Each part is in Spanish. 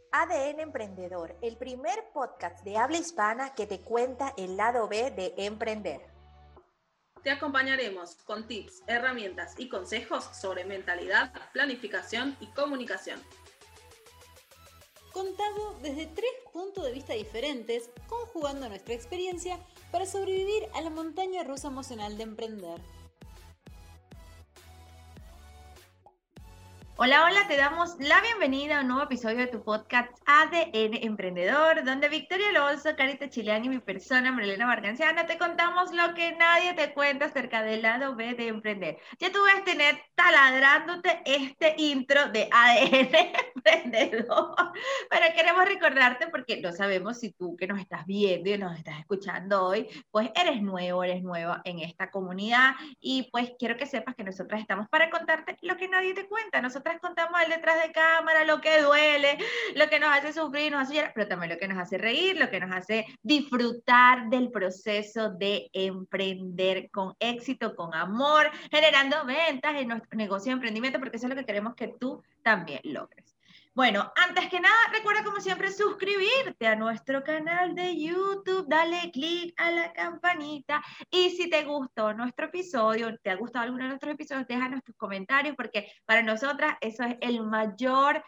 ADN Emprendedor, el primer podcast de habla hispana que te cuenta el lado B de emprender. Te acompañaremos con tips, herramientas y consejos sobre mentalidad, planificación y comunicación. Contado desde 3 puntos de vista diferentes, conjugando nuestra experiencia para sobrevivir a la montaña rusa emocional de emprender. Hola, hola, te damos la bienvenida a un nuevo episodio de tu podcast ADN Emprendedor, donde Victoria Alonso, Carita Chileán y mi persona, Marilena Marganciano, te contamos lo que nadie te cuenta acerca del lado B de emprender. Ya tú vas a tener taladrándote este intro de ADN Emprendedor, pero queremos recordarte, porque no sabemos si tú que nos estás viendo y nos estás escuchando hoy, pues eres nuevo, eres nueva en esta comunidad, y pues quiero que sepas que nosotras estamos para contarte lo que nadie te cuenta. Nosotras contamos el detrás de cámara, lo que duele, lo que nos hace sufrir, nos hace llorar, pero también lo que nos hace reír, lo que nos hace disfrutar del proceso de emprender con éxito, con amor, generando ventas en nuestro negocio de emprendimiento, porque eso es lo que queremos que tú también logres. Bueno, antes que nada, recuerda como siempre suscribirte a nuestro canal de YouTube, dale click a la campanita y si te gustó nuestro episodio, te ha gustado alguno de nuestros episodios, déjanos tus comentarios porque para nosotras eso es el mayor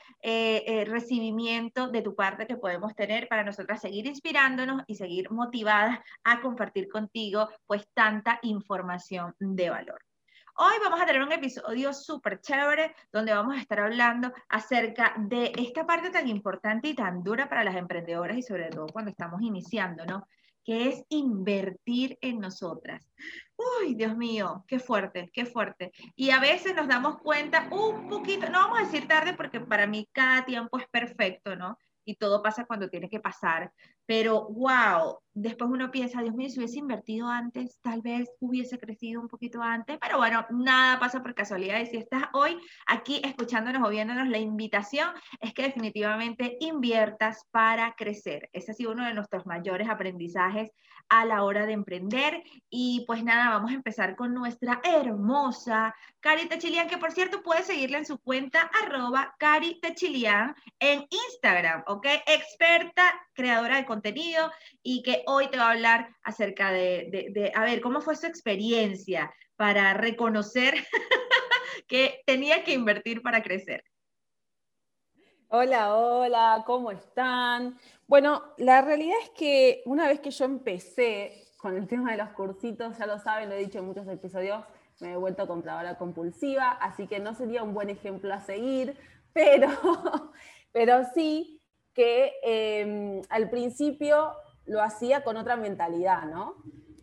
recibimiento de tu parte que podemos tener para nosotras seguir inspirándonos y seguir motivadas a compartir contigo pues tanta información de valor. Hoy vamos a tener un episodio súper chévere donde vamos a estar hablando acerca de esta parte tan importante y tan dura para las emprendedoras y sobre todo cuando estamos iniciando, ¿no? Que es invertir en nosotras. Uy, Dios mío, qué fuerte, qué fuerte. Y a veces nos damos cuenta un poquito, no vamos a decir tarde porque para mí cada tiempo es perfecto, ¿no? Y todo pasa cuando tiene que pasar. Pero, wow, después uno piensa, Dios mío, si hubiese invertido antes, tal vez hubiese crecido un poquito antes. Pero bueno, nada pasa por casualidad. Y si estás hoy aquí escuchándonos o viéndonos, la invitación es que definitivamente inviertas para crecer. Ese ha sido uno de nuestros mayores aprendizajes a la hora de emprender. Y pues nada, vamos a empezar con nuestra hermosa Carita Chilian, que por cierto puedes seguirla en su cuenta @caritachilian en Instagram, ¿ok? Experta creadora de contenido y que hoy te va a hablar acerca a ver, ¿cómo fue su experiencia para reconocer que tenía que invertir para crecer? Hola, hola, ¿cómo están? Bueno, la realidad es que una vez que yo empecé con el tema de los cursitos, ya lo saben, lo he dicho en muchos episodios, me he vuelto compradora compulsiva, así que no sería un buen ejemplo a seguir, pero, pero sí que al principio lo hacía con otra mentalidad, ¿no?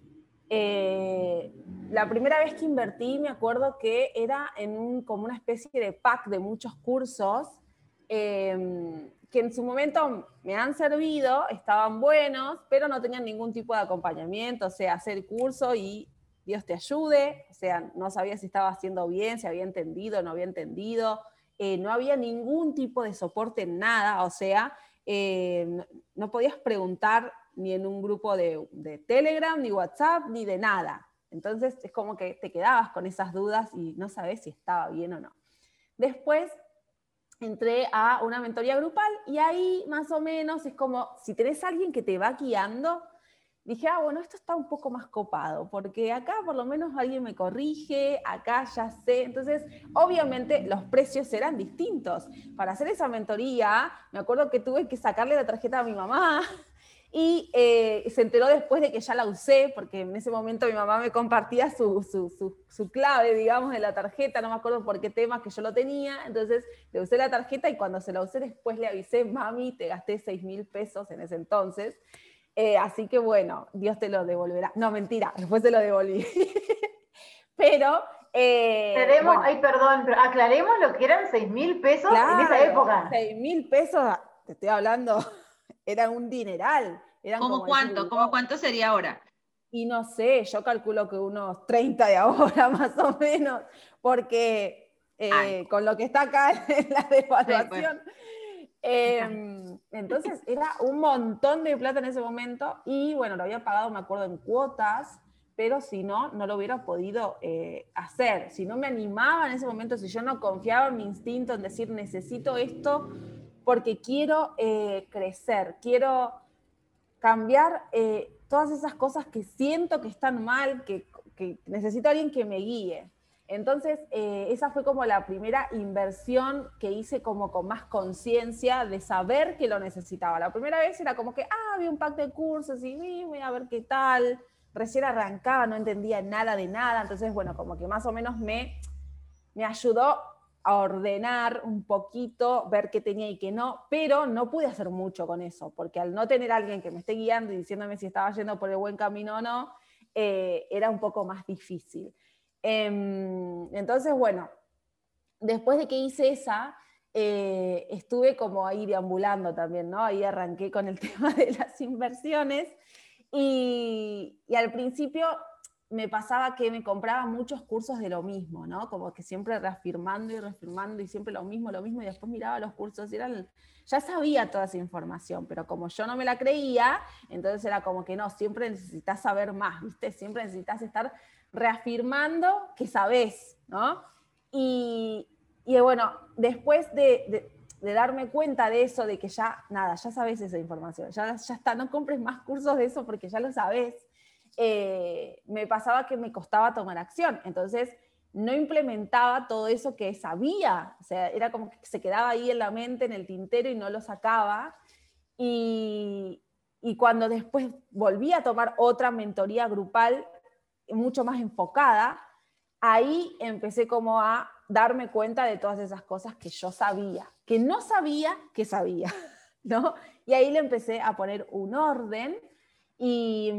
La primera vez que invertí, me acuerdo que era en como una especie de pack de muchos cursos, que en su momento me han servido, estaban buenos, pero no tenían ningún tipo de acompañamiento, o sea, hacer el curso y Dios te ayude, o sea, no sabía si estaba haciendo bien, si había entendido, no había entendido, no había ningún tipo de soporte en nada, o sea, no podías preguntar ni en un grupo de Telegram, ni WhatsApp, ni de nada. Entonces es como que te quedabas con esas dudas y no sabes si estaba bien o no. Después entré a una mentoría grupal y ahí más o menos es como, si tenés a alguien que te va guiando, dije, bueno, esto está un poco más copado, porque acá por lo menos alguien me corrige, acá ya sé. Entonces, obviamente los precios eran distintos. Para hacer esa mentoría, me acuerdo que tuve que sacarle la tarjeta a mi mamá, y se enteró después de que ya la usé, porque en ese momento mi mamá me compartía su clave, digamos, de la tarjeta, no me acuerdo por qué tema que yo lo tenía, entonces le usé la tarjeta y cuando se la usé después le avisé, mami, te gasté 6.000 pesos en ese entonces, así que bueno, Dios te lo devolverá. No, mentira, después se lo devolví. Pero... bueno, ay, perdón, pero aclaremos lo que eran 6.000 pesos en esa época. 6.000 pesos, te estoy hablando... Era un dineral. ¿Cómo cuánto? ¿Cómo cuánto sería ahora? Y no sé, yo calculo que unos 30 de ahora más o menos, porque con lo que está acá en la devaluación. Entonces era un montón de plata en ese momento y bueno, lo había pagado, me acuerdo, en cuotas, pero si no, no lo hubiera podido hacer. Si no me animaba en ese momento, si yo no confiaba en mi instinto en decir necesito esto, porque quiero crecer, quiero cambiar todas esas cosas que siento que están mal, que necesito a alguien que me guíe. Entonces, esa fue como la primera inversión que hice como con más conciencia de saber que lo necesitaba. La primera vez era como que, había un pack de cursos y voy a ver qué tal. Recién arrancaba, no entendía nada de nada. Entonces, bueno, como que más o menos me ayudó a ordenar un poquito, ver qué tenía y qué no, pero no pude hacer mucho con eso, porque al no tener a alguien que me esté guiando y diciéndome si estaba yendo por el buen camino o no, era un poco más difícil. Entonces, bueno, después de que hice esa, estuve como ahí deambulando también, ¿no? Ahí arranqué con el tema de las inversiones y al principio me pasaba que me compraba muchos cursos de lo mismo, ¿no? Como que siempre reafirmando y siempre lo mismo, y después miraba los cursos y ya sabía toda esa información, pero como yo no me la creía, entonces era como que no, siempre necesitas saber más, ¿viste? Siempre necesitas estar reafirmando que sabés, ¿no? Y bueno, después de darme cuenta de eso, de que ya sabés esa información, ya está, no compres más cursos de eso porque ya lo sabés, me pasaba que me costaba tomar acción, entonces no implementaba todo eso que sabía, o sea, era como que se quedaba ahí en la mente, en el tintero y no lo sacaba, y cuando después volví a tomar otra mentoría grupal, mucho más enfocada, ahí empecé como a darme cuenta de todas esas cosas que yo sabía, que no sabía que sabía, ¿no? Y ahí le empecé a poner un orden y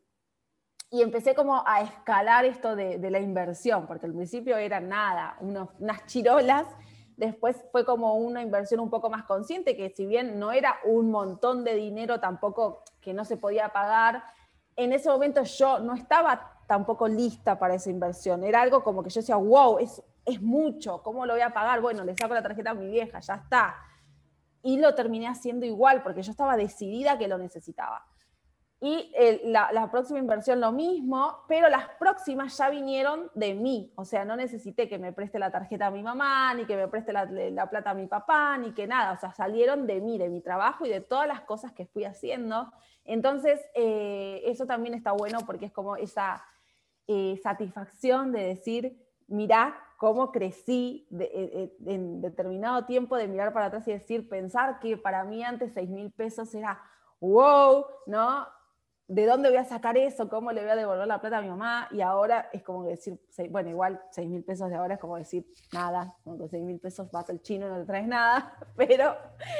empecé como a escalar esto de la inversión, porque al principio era nada, unas chirolas, después fue como una inversión un poco más consciente, que si bien no era un montón de dinero tampoco que no se podía pagar, en ese momento yo no estaba tampoco lista para esa inversión, era algo como que yo decía, wow, es mucho, ¿cómo lo voy a pagar? Bueno, le saco la tarjeta a mi vieja, ya está. Y lo terminé haciendo igual, porque yo estaba decidida que lo necesitaba. Y la próxima inversión lo mismo, pero las próximas ya vinieron de mí. O sea, no necesité que me preste la tarjeta a mi mamá, ni que me preste la plata a mi papá, ni que nada. O sea, salieron de mí, de mi trabajo y de todas las cosas que fui haciendo. Entonces, eso también está bueno porque es como esa satisfacción de decir, mirá cómo crecí en determinado tiempo, de mirar para atrás y decir, pensar que para mí antes 6.000 pesos era wow, ¿no? ¿De dónde voy a sacar eso? ¿Cómo le voy a devolver la plata a mi mamá? Y ahora es como decir, bueno, igual 6.000 pesos de ahora es como decir, nada, con 6.000 pesos vas al chino y no te traes nada, pero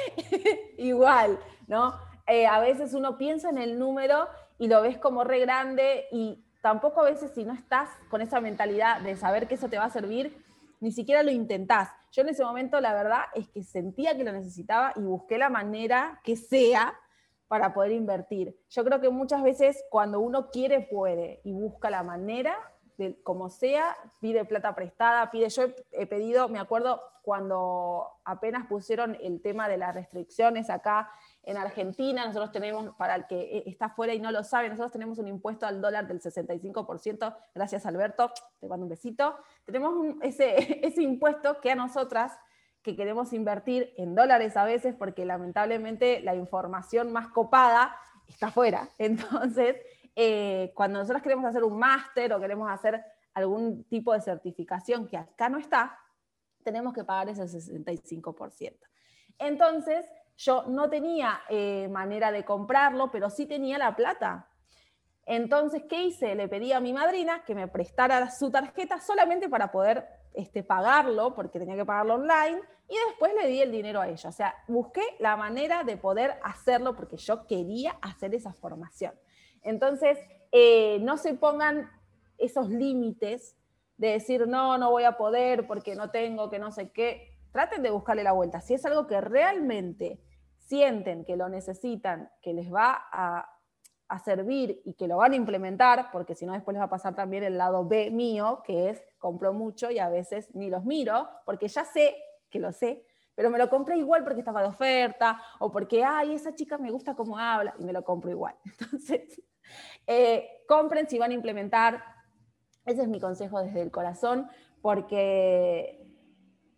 igual, ¿no? A veces uno piensa en el número y lo ves como re grande y tampoco a veces si no estás con esa mentalidad de saber que eso te va a servir, ni siquiera lo intentás. Yo en ese momento la verdad es que sentía que lo necesitaba y busqué la manera que sea para poder invertir. Yo creo que muchas veces cuando uno quiere, puede, y busca la manera, de como sea, pide plata prestada, yo he pedido, me acuerdo cuando apenas pusieron el tema de las restricciones acá en Argentina, nosotros tenemos, para el que está afuera y no lo sabe, nosotros tenemos un impuesto al dólar del 65%, gracias Alberto, te mando un besito, tenemos ese impuesto que a nosotras, que queremos invertir en dólares a veces, porque lamentablemente la información más copada está afuera. Entonces, cuando nosotros queremos hacer un máster o queremos hacer algún tipo de certificación que acá no está, tenemos que pagar ese 65%. Entonces, yo no tenía manera de comprarlo, pero sí tenía la plata. Entonces, ¿qué hice? Le pedí a mi madrina que me prestara su tarjeta solamente para poder pagarlo, porque tenía que pagarlo online, y después le di el dinero a ella. O sea, busqué la manera de poder hacerlo porque yo quería hacer esa formación. Entonces, no se pongan esos límites de decir, no voy a poder porque no tengo, que no sé qué. Traten de buscarle la vuelta. Si es algo que realmente sienten que lo necesitan, que les va a servir y que lo van a implementar, porque si no después les va a pasar también el lado B mío, que es compro mucho y a veces ni los miro, porque ya sé que lo sé, pero me lo compré igual porque estaba de oferta, o porque, esa chica me gusta cómo habla, y me lo compro igual. Entonces, compren si van a implementar. Ese es mi consejo desde el corazón, porque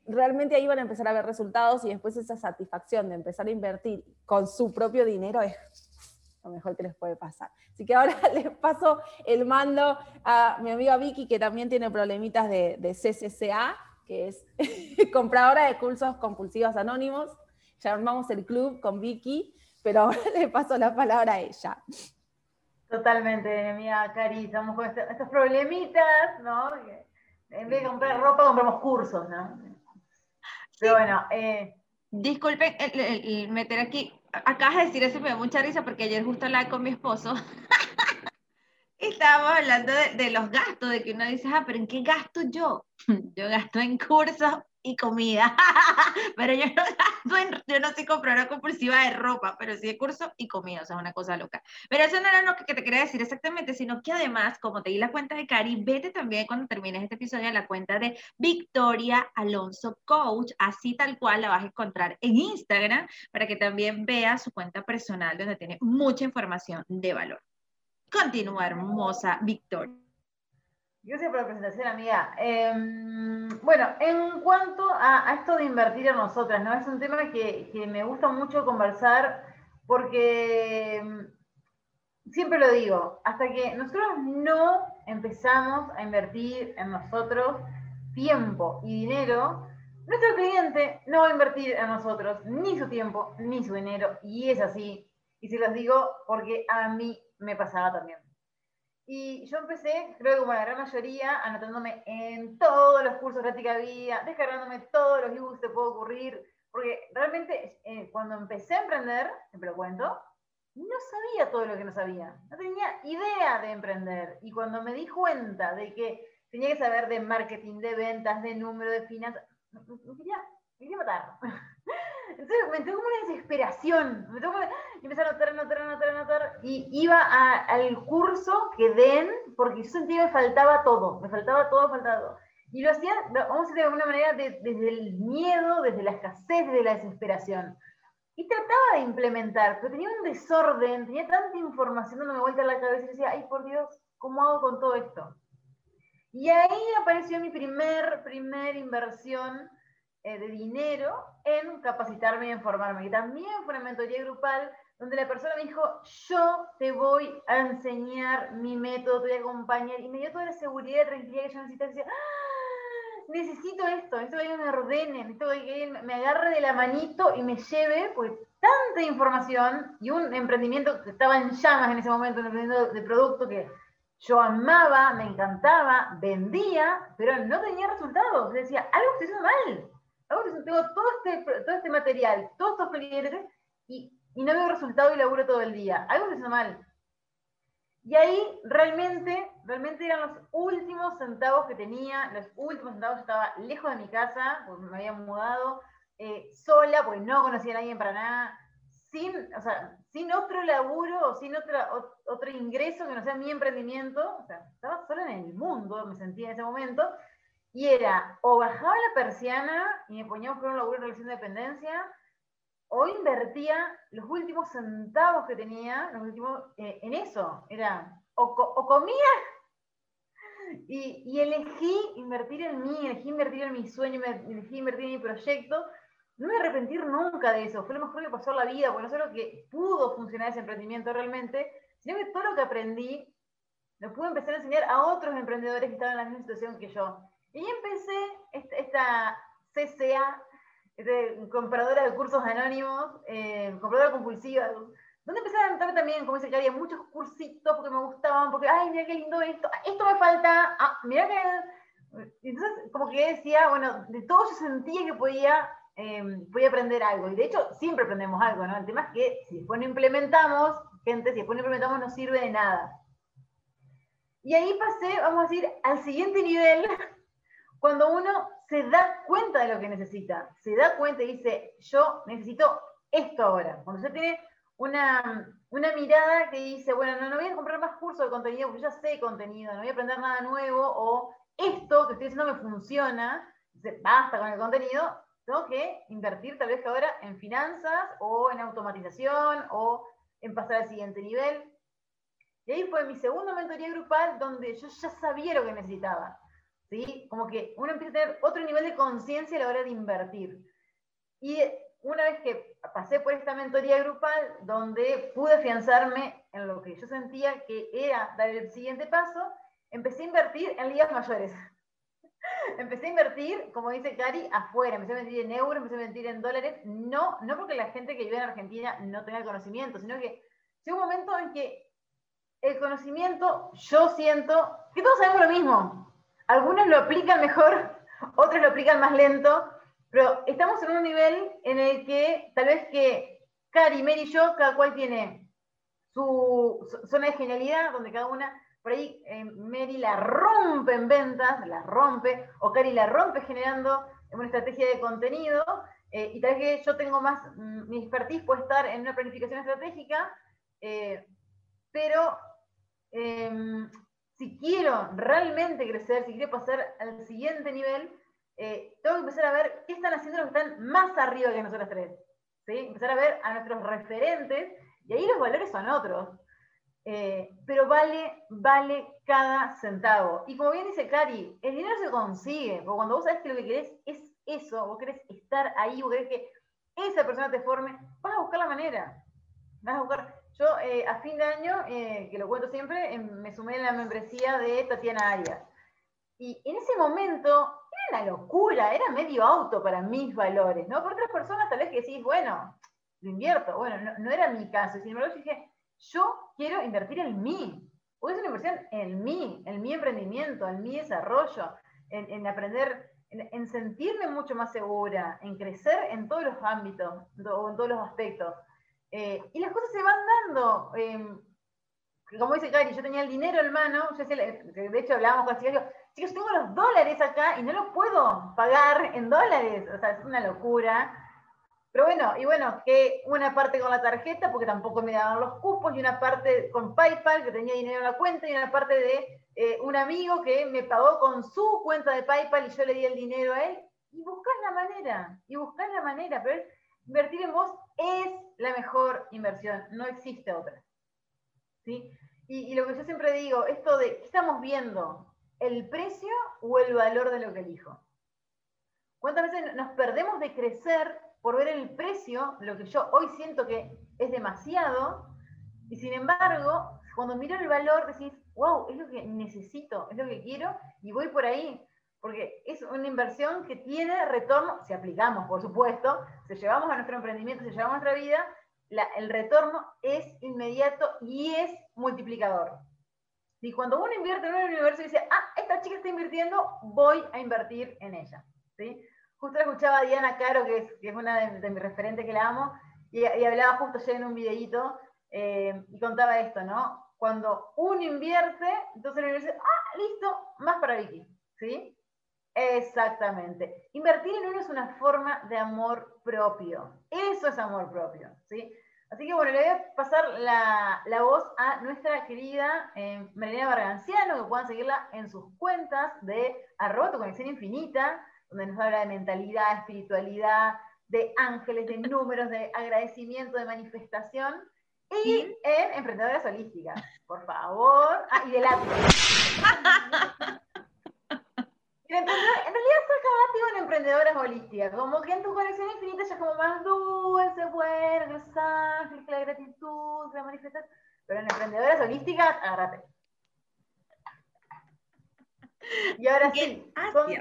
realmente ahí van a empezar a ver resultados y después esa satisfacción de empezar a invertir con su propio dinero es lo mejor que les puede pasar. Así que ahora les paso el mando a mi amiga Vicky, que también tiene problemitas de CCCA, que es compradora de cursos compulsivos anónimos. Ya armamos el club con Vicky, pero ahora le paso la palabra a ella. Totalmente, mi amiga Cari, estamos con estos problemitas, ¿no? En vez de comprar ropa, compramos cursos, ¿no? Pero bueno, disculpen el meter aquí, acabas de decir eso y me da mucha risa porque ayer justo hablaba con mi esposo. Estábamos hablando de los gastos, de que uno dice, pero ¿en qué gasto yo? Yo gasto en cursos y comida, pero yo no soy compradora compulsiva de ropa, pero sí de cursos y comida, o sea, es una cosa loca. Pero eso no era lo que te quería decir exactamente, sino que además, como te di la cuenta de Cari, vete también cuando termines este episodio a la cuenta de Victoria Alonso Coach, así tal cual la vas a encontrar en Instagram, para que también veas su cuenta personal, donde tiene mucha información de valor. Continúa, hermosa Victoria. Gracias por la presentación, amiga. Bueno, en cuanto a esto de invertir en nosotras, ¿no? Es un tema que me gusta mucho conversar porque siempre lo digo, hasta que nosotros no empezamos a invertir en nosotros tiempo y dinero, nuestro cliente no va a invertir en nosotros ni su tiempo ni su dinero, y es así. Y se los digo porque a mí me pasaba también. Y yo empecé, creo que como la gran mayoría, anotándome en todos los cursos gratis que había, descargándome todos los ebooks que puedo ocurrir, porque realmente cuando empecé a emprender, siempre lo cuento, no sabía todo lo que no sabía, no tenía idea de emprender. Y cuando me di cuenta de que tenía que saber de marketing, de ventas, de número, de finanzas, me quería matar. Entonces me entró como una desesperación, y empecé a anotar, y iba al curso que den, porque yo sentía que me faltaba todo. Y lo hacía, vamos a decir de alguna manera, desde el miedo, desde la escasez, desde la desesperación. Y trataba de implementar, pero tenía un desorden, tenía tanta información dándome vuelta en la cabeza, y decía, ay, por Dios, ¿cómo hago con todo esto? Y ahí apareció mi primer inversión de dinero en capacitarme y en formarme, que también fue una mentoría grupal, donde la persona me dijo, yo te voy a enseñar mi método, te voy a acompañar, y me dio toda la seguridad y tranquilidad que yo necesitaba. Y decía, necesito esto, necesito que alguien me ordene, necesito que alguien me agarre de la manito y me lleve, pues tanta información, y un emprendimiento que estaba en llamas en ese momento, un emprendimiento de producto que yo amaba, me encantaba, vendía, pero no tenía resultados. Decía, algo estoy haciendo mal. Tengo todo este material, todos estos clientes, y no veo resultado y laburo todo el día. Algo estoy haciendo mal. Y ahí realmente eran los últimos centavos que tenía, yo estaba lejos de mi casa, porque me había mudado, sola, porque no conocía a nadie para nada, sin otro laburo o sin otro ingreso que no sea mi emprendimiento. O sea, estaba sola en el mundo, me sentía en ese momento, y era, o bajaba la persiana y me ponía a buscar un laburo en relación de dependencia, o invertía los últimos centavos que tenía, en eso. Era, o comía, y elegí invertir en mí, elegí invertir en mi sueño, elegí invertir en mi proyecto. No me voy a arrepentir nunca de eso, fue lo mejor que pasó en la vida, porque no solo que pudo funcionar ese emprendimiento realmente, sino que todo lo que aprendí lo pude empezar a enseñar a otros emprendedores que estaban en la misma situación que yo. Y ahí empecé esta CCA, compradora de cursos anónimos, compradora compulsiva, donde empecé a anotar también, como dice Cari, muchos cursitos porque me gustaban, porque, ay, mira qué lindo esto me falta, mira que... Entonces, como que decía, bueno, de todo yo sentía que podía aprender algo, y de hecho siempre aprendemos algo, ¿no? El tema es que si después no implementamos, no sirve de nada. Y ahí pasé, vamos a decir, al siguiente nivel, cuando uno se da cuenta de lo que necesita, se da cuenta y dice, yo necesito esto ahora. Cuando usted tiene una mirada que dice, bueno, no voy a comprar más cursos de contenido porque ya sé contenido, no voy a aprender nada nuevo, o esto que estoy haciendo me funciona, entonces basta con el contenido, tengo que invertir tal vez ahora en finanzas, o en automatización, o en pasar al siguiente nivel. Y ahí fue mi segunda mentoría grupal, donde yo ya sabía lo que necesitaba. ¿sí? Como que uno empieza a tener otro nivel de conciencia a la hora de invertir. Y una vez que pasé por esta mentoría grupal, donde pude afianzarme en lo que yo sentía que era dar el siguiente paso, empecé a invertir en ligas mayores. Empecé a invertir, como dice Cari, afuera. Empecé a invertir en euros, empecé a invertir en dólares. No porque la gente que vive en Argentina no tenga el conocimiento, sino que llega un momento en que el conocimiento, yo siento que todos sabemos lo mismo. Algunos lo aplican mejor, otros lo aplican más lento, pero estamos en un nivel en el que tal vez que Cari, Mary y yo, cada cual tiene su zona de genialidad, donde cada una, por ahí Mary la rompe en ventas, la rompe, o Cari la rompe generando una estrategia de contenido, y tal vez que yo tengo más, mi expertise puede estar en una planificación estratégica, pero si quiero realmente crecer, si quiero pasar al siguiente nivel, tengo que empezar a ver qué están haciendo los que están más arriba que nosotros tres, ¿sí? Empezar a ver a nuestros referentes, y ahí los valores son otros. Pero vale cada centavo. Y como bien dice Cari, el dinero se consigue, porque cuando vos sabés que lo que querés es eso, vos querés estar ahí, vos querés que esa persona te forme, vas a buscar la manera. Vas a buscar. Yo a fin de año, que lo cuento siempre, me sumé en la membresía de Tatiana Arias. Y en ese momento era una locura, era medio auto para mis valores, ¿no? Por otras personas tal vez que decís, bueno, lo invierto. Bueno, no era mi caso. Sin embargo, yo dije, yo quiero invertir en mí. Porque es una inversión en mi emprendimiento, en mi desarrollo, en aprender, en sentirme mucho más segura, en crecer en todos los ámbitos, o en todos los aspectos. Y las cosas se van dando. Como dice Cari, yo tenía el dinero en mano, yo decía, de hecho hablábamos con chicos, chicos, tengo los dólares acá y no los puedo pagar en dólares. O sea, es una locura. Pero bueno, y bueno, que una parte con la tarjeta, porque tampoco me daban los cupos, y una parte con PayPal, que tenía dinero en la cuenta, y una parte de un amigo que me pagó con su cuenta de PayPal y yo le di el dinero a él. Y buscás la manera, pero invertir en vos es la mejor inversión, no existe otra. ¿Sí? Y lo que yo siempre digo, esto de, ¿qué estamos viendo? ¿El precio o el valor de lo que elijo? ¿Cuántas veces nos perdemos de crecer por ver el precio, lo que yo hoy siento que es demasiado, y sin embargo, cuando miro el valor decís, wow, es lo que necesito, es lo que quiero, y voy por ahí, porque es una inversión que tiene retorno, si aplicamos, por supuesto, si llevamos a nuestro emprendimiento, si llevamos a nuestra vida, el retorno es inmediato y es multiplicador. Y cuando uno invierte en un universo y dice, esta chica está invirtiendo, voy a invertir en ella, ¿sí? Justo escuchaba a Diana Caro, que es una de mis referentes que la amo, y hablaba justo ayer en un videíto, y contaba esto, ¿no? Cuando uno invierte, entonces el universo dice, listo, más para Vicky, ¿sí? Exactamente. Invertir en uno es una forma de amor propio. Eso es amor propio, ¿sí? Así que bueno, le voy a pasar la voz a nuestra querida Marilena Barganciano, que puedan seguirla en sus cuentas de @tuconexióninfinita, donde nos habla de mentalidad, espiritualidad, de ángeles, de números, de agradecimiento, de manifestación, y en Emprendedoras Holísticas, por favor. Y de lápiz. En realidad soy activo en Emprendedoras Holísticas, como que en tu conexión infinita ya es como más dulce, bueno, que los ángeles, que la gratitud, que la manifestación, pero en Emprendedoras Holísticas, agárrate. Y ahora sí,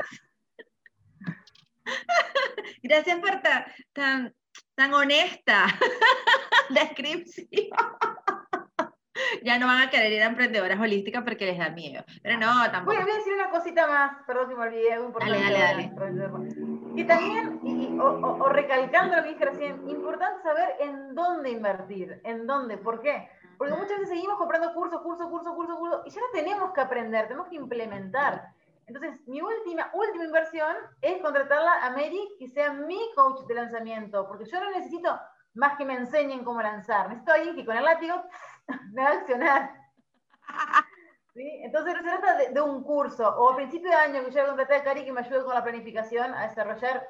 gracias por tan honesta descripción. Ya no van a querer ir a Emprendedoras Holísticas porque les da miedo. Pero no, tampoco. Voy a decir una cosita más, perdón que me olvidé, algo importante. Dale. Que también, o recalcando lo que dije recién, importante saber en dónde invertir, en dónde, ¿por qué? Porque muchas veces seguimos comprando cursos, y ya no tenemos que aprender, tenemos que implementar. Entonces, mi última inversión es contratarla a Mary, que sea mi coach de lanzamiento, porque yo no necesito más que me enseñen cómo lanzar, necesito a alguien que con el látigo me va a accionar. ¿Sí? Entonces no se trata de un curso, o a principio de año que yo contraté a Cari que me ayude con la planificación a desarrollar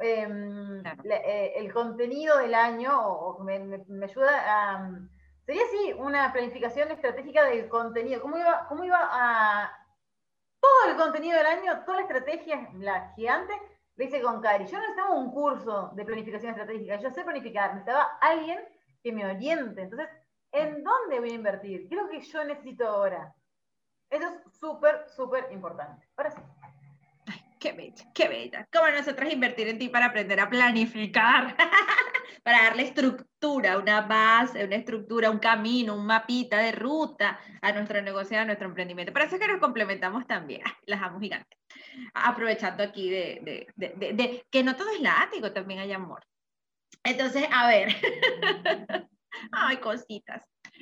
el contenido del año, o me ayuda a... Sería así, una planificación estratégica del contenido, cómo iba a... Todo todo el contenido del año, toda la estrategia, la gigante, lo hice con Cari. Yo no necesitaba un curso de planificación estratégica, yo sé planificar, necesitaba alguien que me oriente. Entonces, ¿en dónde voy a invertir? ¿Qué es lo que yo necesito ahora? Eso es súper, súper importante. Ahora sí. Ay, qué bella, qué bella. ¿Cómo nosotras invertir en ti para aprender a planificar? Para darle estructura, una base, una estructura, un camino, un mapita de ruta a nuestro negocio, a nuestro emprendimiento. Por eso es que nos complementamos también. Las amo gigantes. Aprovechando aquí de que no todo es látigo, también hay amor. Entonces, a ver. Ay, cositas.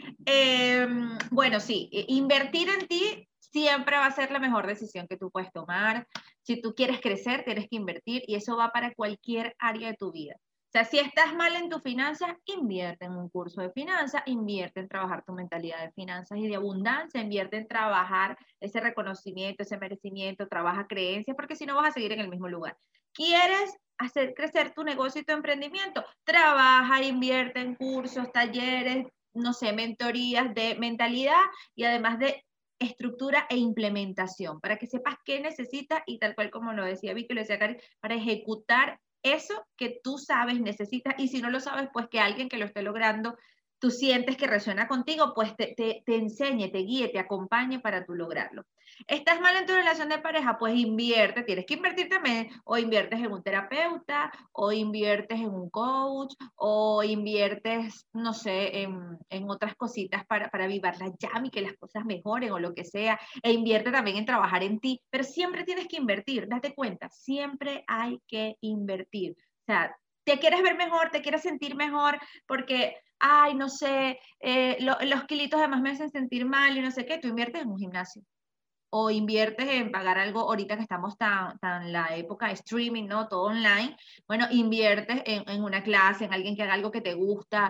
Bueno, sí, invertir en ti siempre va a ser la mejor decisión que tú puedes tomar. Si tú quieres crecer, tienes que invertir y eso va para cualquier área de tu vida. O sea, si estás mal en tus finanzas, invierte en un curso de finanzas, invierte en trabajar tu mentalidad de finanzas y de abundancia, invierte en trabajar ese reconocimiento, ese merecimiento, trabaja creencias, porque si no vas a seguir en el mismo lugar. ¿Quieres hacer crecer tu negocio y tu emprendimiento? Trabaja, invierte en cursos, talleres, no sé, mentorías de mentalidad y además de estructura e implementación, para que sepas qué necesitas y tal cual como lo decía Vicky, lo decía Cari, para ejecutar eso que tú sabes, necesitas, y si no lo sabes, pues que alguien que lo esté logrando, tú sientes que resuena contigo, pues te enseñe, te guíe, te acompañe para tú lograrlo. ¿Estás mal en tu relación de pareja? Pues invierte, tienes que invertir también, o inviertes en un terapeuta, o inviertes en un coach, o inviertes, no sé, en otras cositas para avivar la llama y que las cosas mejoren o lo que sea, e invierte también en trabajar en ti, pero siempre tienes que invertir, date cuenta, siempre hay que invertir. O sea, te quieres ver mejor, te quieres sentir mejor, porque, ay, no sé, los kilitos además me hacen sentir mal y no sé qué, tú inviertes en un gimnasio. O inviertes en pagar algo ahorita que estamos tan la época de streaming, ¿no? Todo online. Bueno, inviertes en una clase, en alguien que haga algo que te gusta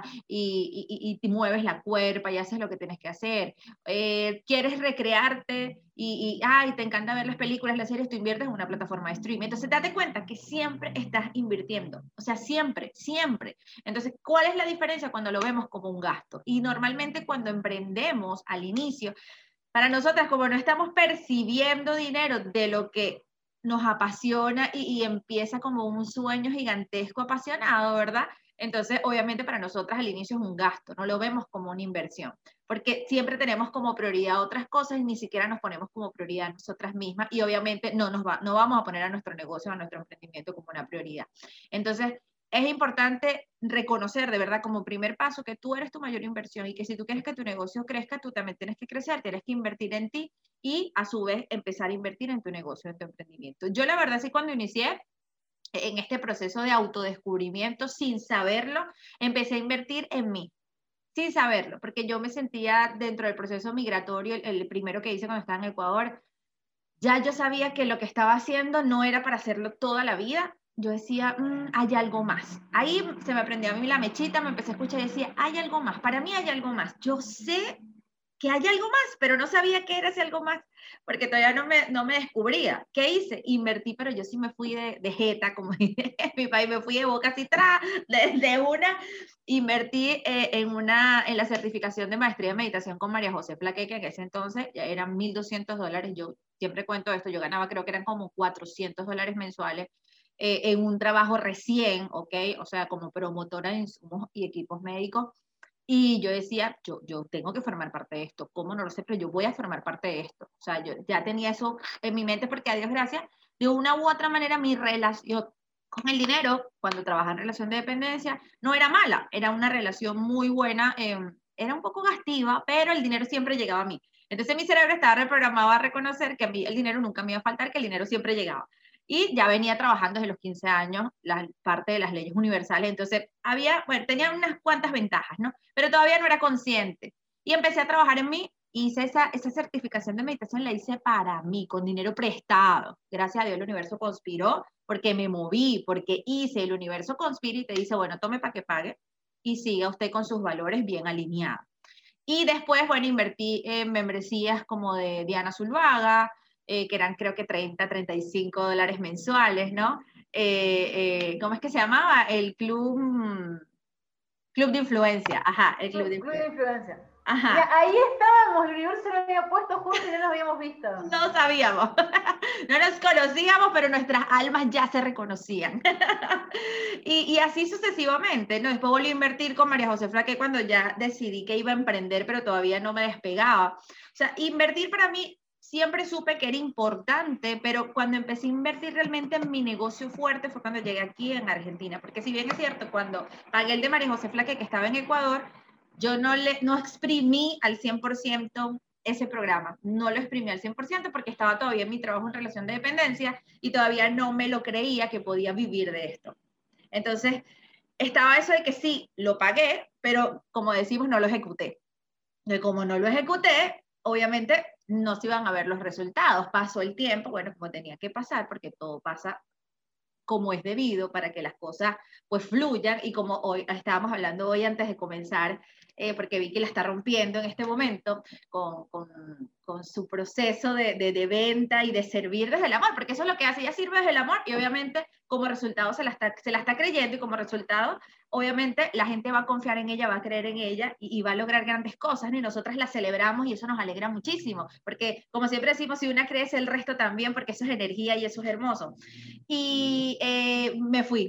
y te mueves la cuerpa y haces lo que tienes que hacer. Quieres recrearte ay, te encanta ver las películas, las series, tú inviertes en una plataforma de streaming. Entonces, date cuenta que siempre estás invirtiendo. O sea, siempre, siempre. Entonces, ¿cuál es la diferencia cuando lo vemos como un gasto? Y normalmente cuando emprendemos al inicio, para nosotras, como no estamos percibiendo dinero de lo que nos apasiona y empieza como un sueño gigantesco apasionado, ¿verdad? Entonces, obviamente para nosotras al inicio es un gasto, no lo vemos como una inversión, porque siempre tenemos como prioridad otras cosas y ni siquiera nos ponemos como prioridad nosotras mismas y obviamente no vamos a poner a nuestro negocio, a nuestro emprendimiento como una prioridad. Entonces, es importante reconocer de verdad como primer paso que tú eres tu mayor inversión y que si tú quieres que tu negocio crezca, tú también tienes que crecer, tienes que invertir en ti y a su vez empezar a invertir en tu negocio, en tu emprendimiento. Yo la verdad sí cuando inicié en este proceso de autodescubrimiento sin saberlo, empecé a invertir en mí. Sin saberlo, porque yo me sentía dentro del proceso migratorio, el primero que hice cuando estaba en Ecuador, ya yo sabía que lo que estaba haciendo no era para hacerlo toda la vida. Yo decía, hay algo más. Ahí se me prendió a mí la mechita, me empecé a escuchar y decía, hay algo más, para mí hay algo más. Yo sé que hay algo más, pero no sabía qué era ese algo más, porque todavía no me descubría. ¿Qué hice? Invertí, pero yo sí me fui de jeta, como dice mi país, me fui de boca así, de una, invertí en la certificación de maestría de meditación con María José Plaque, que en ese entonces ya eran $1,200. Yo siempre cuento esto, yo ganaba, creo que eran como $400 mensuales, en un trabajo recién, ¿ok? O sea, como promotora de insumos y equipos médicos. Y yo decía, yo tengo que formar parte de esto. ¿Cómo? No lo sé, pero yo voy a formar parte de esto. O sea, yo ya tenía eso en mi mente porque a Dios gracias, de una u otra manera mi relación con el dinero, cuando trabajaba en relación de dependencia, no era mala. Era una relación muy buena, era un poco gastiva, pero el dinero siempre llegaba a mí. Entonces mi cerebro estaba reprogramado a reconocer que a mí el dinero nunca me iba a faltar, que el dinero siempre llegaba. Y ya venía trabajando desde los 15 años, la parte de las leyes universales, entonces tenía unas cuantas ventajas, ¿no? Pero todavía no era consciente. Y empecé a trabajar en mí, hice esa certificación de meditación, la hice para mí, con dinero prestado. Gracias a Dios el universo conspiró, porque me moví, porque hice, el universo conspira y te dice, bueno, tome para que pague, y siga usted con sus valores bien alineados. Y después, bueno, invertí en membresías como de Diana Zuluaga, que eran creo que $35 mensuales, ¿no? ¿Cómo es que se llamaba? El Club de Influencia. Ajá, el Club de Influencia. Ajá. Mira, ahí estábamos, el universo lo había puesto juntos y no nos habíamos visto. No sabíamos, no nos conocíamos, pero nuestras almas ya se reconocían. Y así sucesivamente, ¿no? Después volví a invertir con María José Flaque cuando ya decidí que iba a emprender, pero todavía no me despegaba. O sea, invertir para mí siempre supe que era importante, pero cuando empecé a invertir realmente en mi negocio fuerte fue cuando llegué aquí en Argentina, porque si bien es cierto, cuando pagué el de María José Flaque que estaba en Ecuador, yo no exprimí al 100% ese programa, no lo exprimí al 100% porque estaba todavía en mi trabajo en relación de dependencia y todavía no me lo creía que podía vivir de esto. Entonces, estaba eso de que sí, lo pagué, pero como decimos, no lo ejecuté. Y como no lo ejecuté, obviamente no se iban a ver los resultados. Pasó el tiempo, bueno, como tenía que pasar, porque todo pasa como es debido para que las cosas pues fluyan, y como hoy estábamos hablando hoy antes de comenzar, porque vi que la está rompiendo en este momento con su proceso de venta y de servir desde el amor, porque eso es lo que hace, ella sirve desde el amor y obviamente como resultado se la está creyendo, y como resultado obviamente la gente va a confiar en ella, va a creer en ella y va a lograr grandes cosas, ¿no? Y nosotras la celebramos y eso nos alegra muchísimo, porque como siempre decimos, si una crece el resto también, porque eso es energía y eso es hermoso. Y me fui.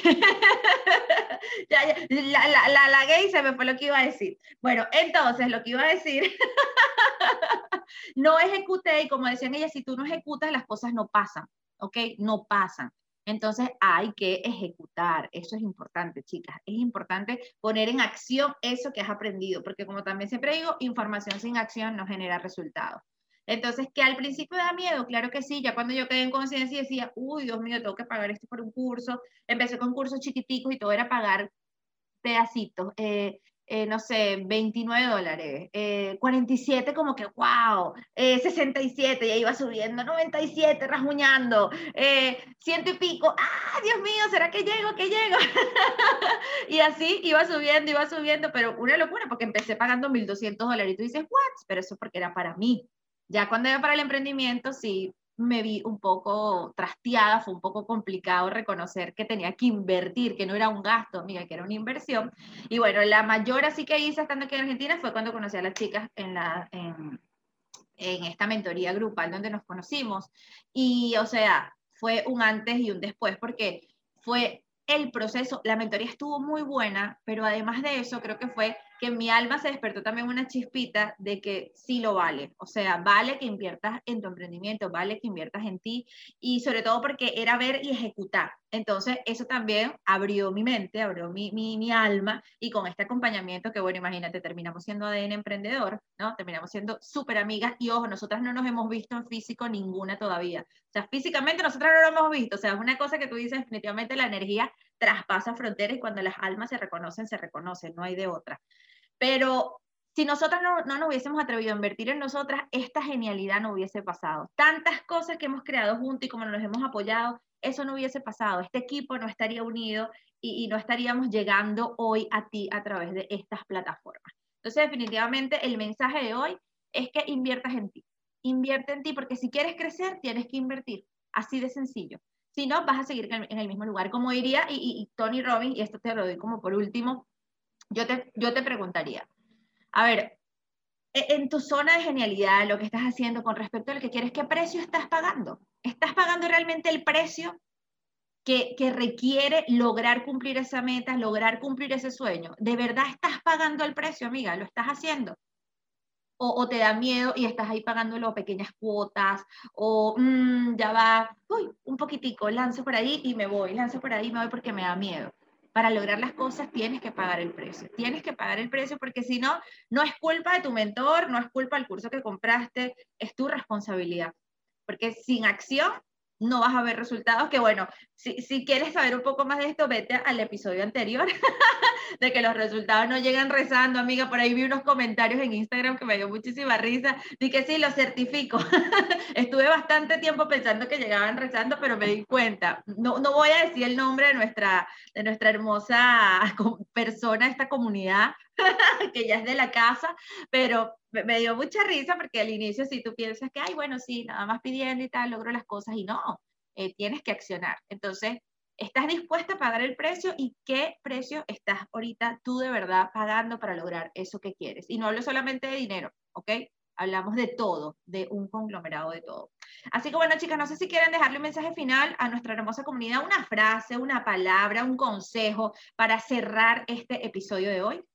La lagué y se me fue lo que iba a decir. Bueno, entonces lo que iba a decir, no ejecuté, y como decían ellas, si tú no ejecutas, las cosas no pasan, ¿ok? No pasan. Entonces hay que ejecutar, eso es importante, chicas, es importante poner en acción eso que has aprendido, porque como también siempre digo, información sin acción no genera resultados. Entonces, que al principio da miedo, claro que sí, ya cuando yo quedé en conciencia y decía, uy, Dios mío, tengo que pagar esto por un curso, empecé con cursos chiquiticos y todo era pagar pedacitos, no sé, $29, 47 como que, wow, 67, ya iba subiendo, 97, rasguñando, 100 y pico, Dios mío, ¿será que llego, que llego? Y así iba subiendo, pero una locura, porque empecé pagando $1,200, y tú dices, what? Pero eso porque era para mí. Ya cuando iba para el emprendimiento, sí me vi un poco trasteada, fue un poco complicado reconocer que tenía que invertir, que no era un gasto, amiga, que era una inversión. Y bueno, la mayor así que hice estando aquí en Argentina fue cuando conocí a las chicas en esta mentoría grupal donde nos conocimos. Y, o sea, fue un antes y un después, porque fue el proceso, la mentoría estuvo muy buena, pero además de eso, creo que fue que en mi alma se despertó también una chispita de que sí lo vale, o sea, vale que inviertas en tu emprendimiento, vale que inviertas en ti, y sobre todo porque era ver y ejecutar. Entonces, eso también abrió mi mente, abrió mi alma, y con este acompañamiento, que bueno, imagínate, terminamos siendo ADN Emprendedor, ¿no? Terminamos siendo súper amigas, y ojo, nosotras no nos hemos visto en físico ninguna todavía. O sea, físicamente nosotras no lo hemos visto, o sea, es una cosa que tú dices, definitivamente la energía traspasa fronteras, y cuando las almas se reconocen, no hay de otra. Pero si nosotras no nos hubiésemos atrevido a invertir en nosotras, esta genialidad no hubiese pasado. Tantas cosas que hemos creado juntos y como nos hemos apoyado, eso no hubiese pasado. Este equipo no estaría unido y no estaríamos llegando hoy a ti a través de estas plataformas. Entonces, definitivamente, el mensaje de hoy es que inviertas en ti. Invierte en ti, porque si quieres crecer, tienes que invertir. Así de sencillo. Si no, vas a seguir en el mismo lugar. Como diría, y Tony Robbins, y esto te lo doy como por último, yo te preguntaría, a ver, en tu zona de genialidad, lo que estás haciendo con respecto a lo que quieres, ¿qué precio estás pagando? ¿Estás pagando realmente el precio que requiere lograr cumplir esa meta, lograr cumplir ese sueño? ¿De verdad estás pagando el precio, amiga? ¿Lo estás haciendo? O te da miedo y estás ahí pagándolo pequeñas cuotas, o ya va, un poquitico, lanzo por ahí y me voy, lanzo por ahí y me voy porque me da miedo. Para lograr las cosas tienes que pagar el precio. Tienes que pagar el precio, porque si no, no es culpa de tu mentor, no es culpa del curso que compraste, es tu responsabilidad. Porque sin acción no vas a ver resultados. Que bueno, si quieres saber un poco más de esto, vete al episodio anterior de que los resultados no llegan rezando, amiga. Por ahí vi unos comentarios en Instagram que me dio muchísima risa. Dije, sí, lo certifico. Estuve bastante tiempo pensando que llegaban rezando, pero me di cuenta. No voy a decir el nombre de nuestra hermosa persona, esta comunidad, que ya es de la casa, pero me dio mucha risa porque al inicio si tú piensas que, ay, bueno, sí, nada más pidiendo y tal, logro las cosas, y no, tienes que accionar. Entonces, ¿Estás dispuesta a pagar el precio y qué precio estás ahorita tú de verdad pagando para lograr eso que quieres? Y no hablo solamente de dinero, ¿ok? Hablamos de todo, de un conglomerado de todo. Así que bueno, chicas, no sé si quieren dejarle un mensaje final a nuestra hermosa comunidad, una frase, una palabra, un consejo para cerrar este episodio de hoy.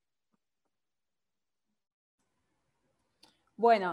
Bueno,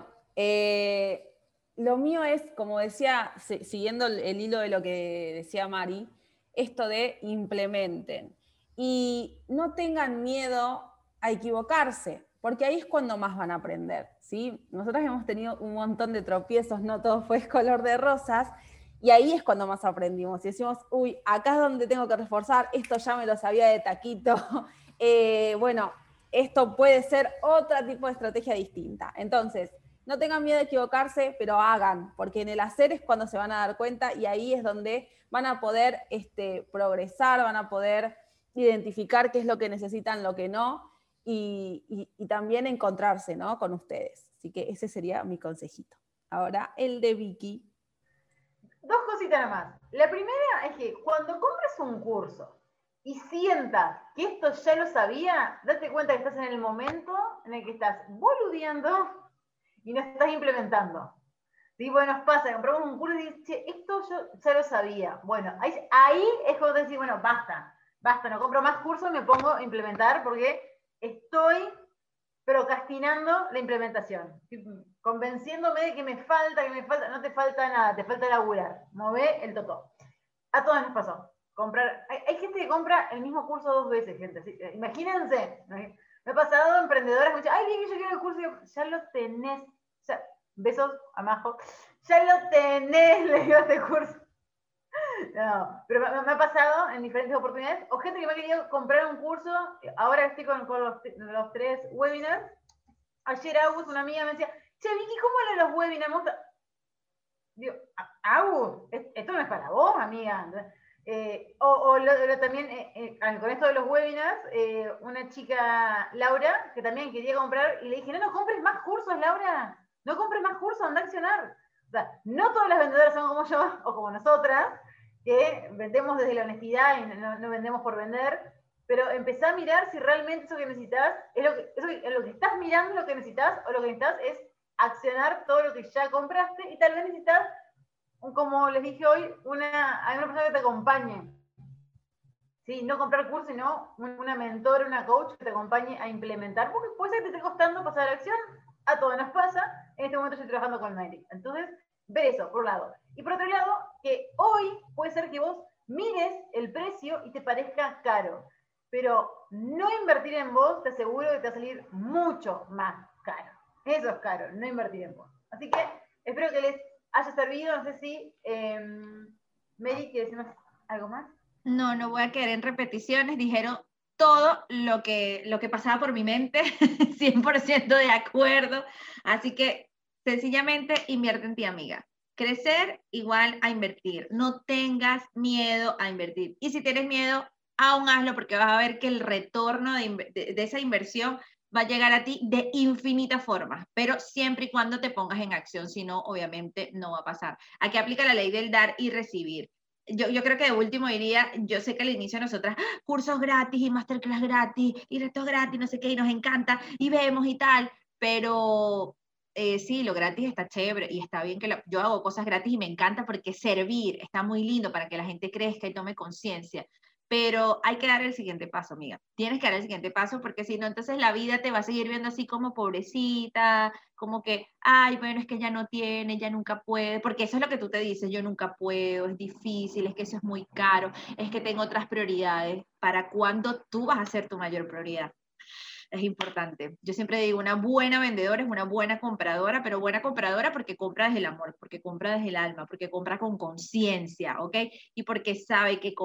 lo mío es, como decía, siguiendo el hilo de lo que decía Mari, esto de implementen. Y no tengan miedo a equivocarse, porque ahí es cuando más van a aprender, ¿sí? Nosotros hemos tenido un montón de tropiezos, no todo fue color de rosas, y ahí es cuando más aprendimos. Y decimos, uy, acá es donde tengo que reforzar, esto ya me lo sabía de taquito. Bueno, esto puede ser otro tipo de estrategia distinta. Entonces, no tengan miedo de equivocarse, pero hagan, porque en el hacer es cuando se van a dar cuenta y ahí es donde van a poder progresar, van a poder identificar qué es lo que necesitan, lo que no, y también encontrarse, ¿no?, con ustedes. Así que ese sería mi consejito. Ahora, el de Vicky. Dos cositas nada más. La primera es que cuando compres un curso y sientas que esto ya lo sabía, date cuenta que estás en el momento en el que estás boludeando y no estás implementando. ¿Sí? Bueno, nos pasa, compramos un curso y dices, che, esto yo ya lo sabía. Bueno, ahí es cuando te decís, bueno, basta, no compro más cursos, me pongo a implementar porque estoy procrastinando la implementación. Convenciéndome de que me falta, no te falta nada, te falta laburar. Mové el totó. A todos nos pasó. Hay gente que compra el mismo curso 2 veces, gente. ¿Sí? Imagínense. Me ha pasado emprendedoras que me dicen, ay, Vicky, yo quiero el curso. Y yo, ya lo tenés. Ya, besos a Majo. Ya lo tenés, le digo, este curso. No, pero me ha pasado en diferentes oportunidades. O gente que me ha querido comprar un curso. Ahora estoy con los 3 webinars. Ayer Agus, una amiga, me decía, che, Vicky, ¿cómo eran los webinars? Digo, Agus, esto no es para vos, amiga. También, con esto de los webinars, una chica, Laura, que también quería comprar, y le dije, no compres más cursos, Laura. No compres más cursos, anda a accionar. O sea, no todas las vendedoras son como yo, o como nosotras, que vendemos desde la honestidad y no vendemos por vender, pero empezá a mirar si realmente eso que necesitas, es lo que estás mirando lo que necesitas, o lo que necesitas es accionar todo lo que ya compraste, y tal vez necesitas, como les dije hoy, una persona que te acompañe. ¿Sí? No comprar cursos, sino una mentora, una coach que te acompañe a implementar, porque puede ser que te esté costando pasar a la acción, a todos nos pasa, en este momento estoy trabajando con Mary. Entonces, ver eso, por un lado. Y por otro lado, que hoy puede ser que vos mires el precio y te parezca caro, pero no invertir en vos, te aseguro que te va a salir mucho más caro. Eso es caro, no invertir en vos. Así que espero que les haya servido. No sé si Mary, ¿quieres decirnos algo más? No voy a quedar en repeticiones. Dijeron todo lo que pasaba por mi mente, 100% de acuerdo. Así que sencillamente invierte en ti, amiga. Crecer igual a invertir. No tengas miedo a invertir. Y si tienes miedo, aún hazlo, porque vas a ver que el retorno de esa inversión va a llegar a ti de infinitas formas, pero siempre y cuando te pongas en acción, si no, obviamente no va a pasar. Aquí aplica la ley del dar y recibir. Yo creo que de último diría, yo sé que al inicio nosotras, cursos gratis y masterclass gratis y retos gratis, no sé qué, y nos encanta, y vemos y tal, pero sí, lo gratis está chévere y está bien que yo hago cosas gratis y me encanta porque servir está muy lindo para que la gente crezca y tome conciencia. Pero hay que dar el siguiente paso, amiga. Tienes que dar el siguiente paso porque si no, entonces la vida te va a seguir viendo así como pobrecita, como que, ay, bueno, es que ella no tiene, ella nunca puede, porque eso es lo que tú te dices, yo nunca puedo, es difícil, es que eso es muy caro, es que tengo otras prioridades. ¿Para cuándo tú vas a ser tu mayor prioridad? Es importante. Yo siempre digo, una buena vendedora es una buena compradora, pero buena compradora porque compra desde el amor, porque compra desde el alma, porque compra con conciencia, ¿ok? Y porque sabe que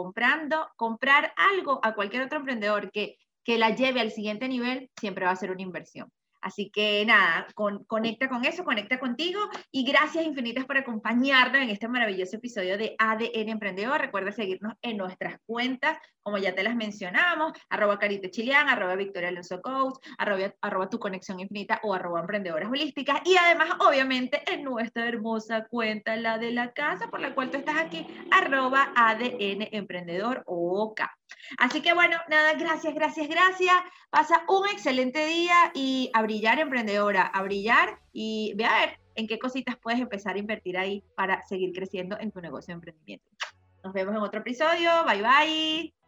comprar algo a cualquier otro emprendedor que la lleve al siguiente nivel, siempre va a ser una inversión. Así que nada, conecta con eso, conecta contigo y gracias infinitas por acompañarnos en este maravilloso episodio de ADN Emprendedor. Recuerda seguirnos en nuestras cuentas, como ya te las mencionamos, @CaritaChilean, @VictoriaAlonsoCoach, @ Tu Conexión Infinita o @Emprendedoras Holísticas, y además obviamente en nuestra hermosa cuenta, la de la casa por la cual tú estás aquí, @ADN Emprendedor OK. Así que bueno, nada, gracias. Pasa un excelente día y a brillar, emprendedora, a brillar, y ve a ver en qué cositas puedes empezar a invertir ahí para seguir creciendo en tu negocio de emprendimiento. Nos vemos en otro episodio. Bye, bye.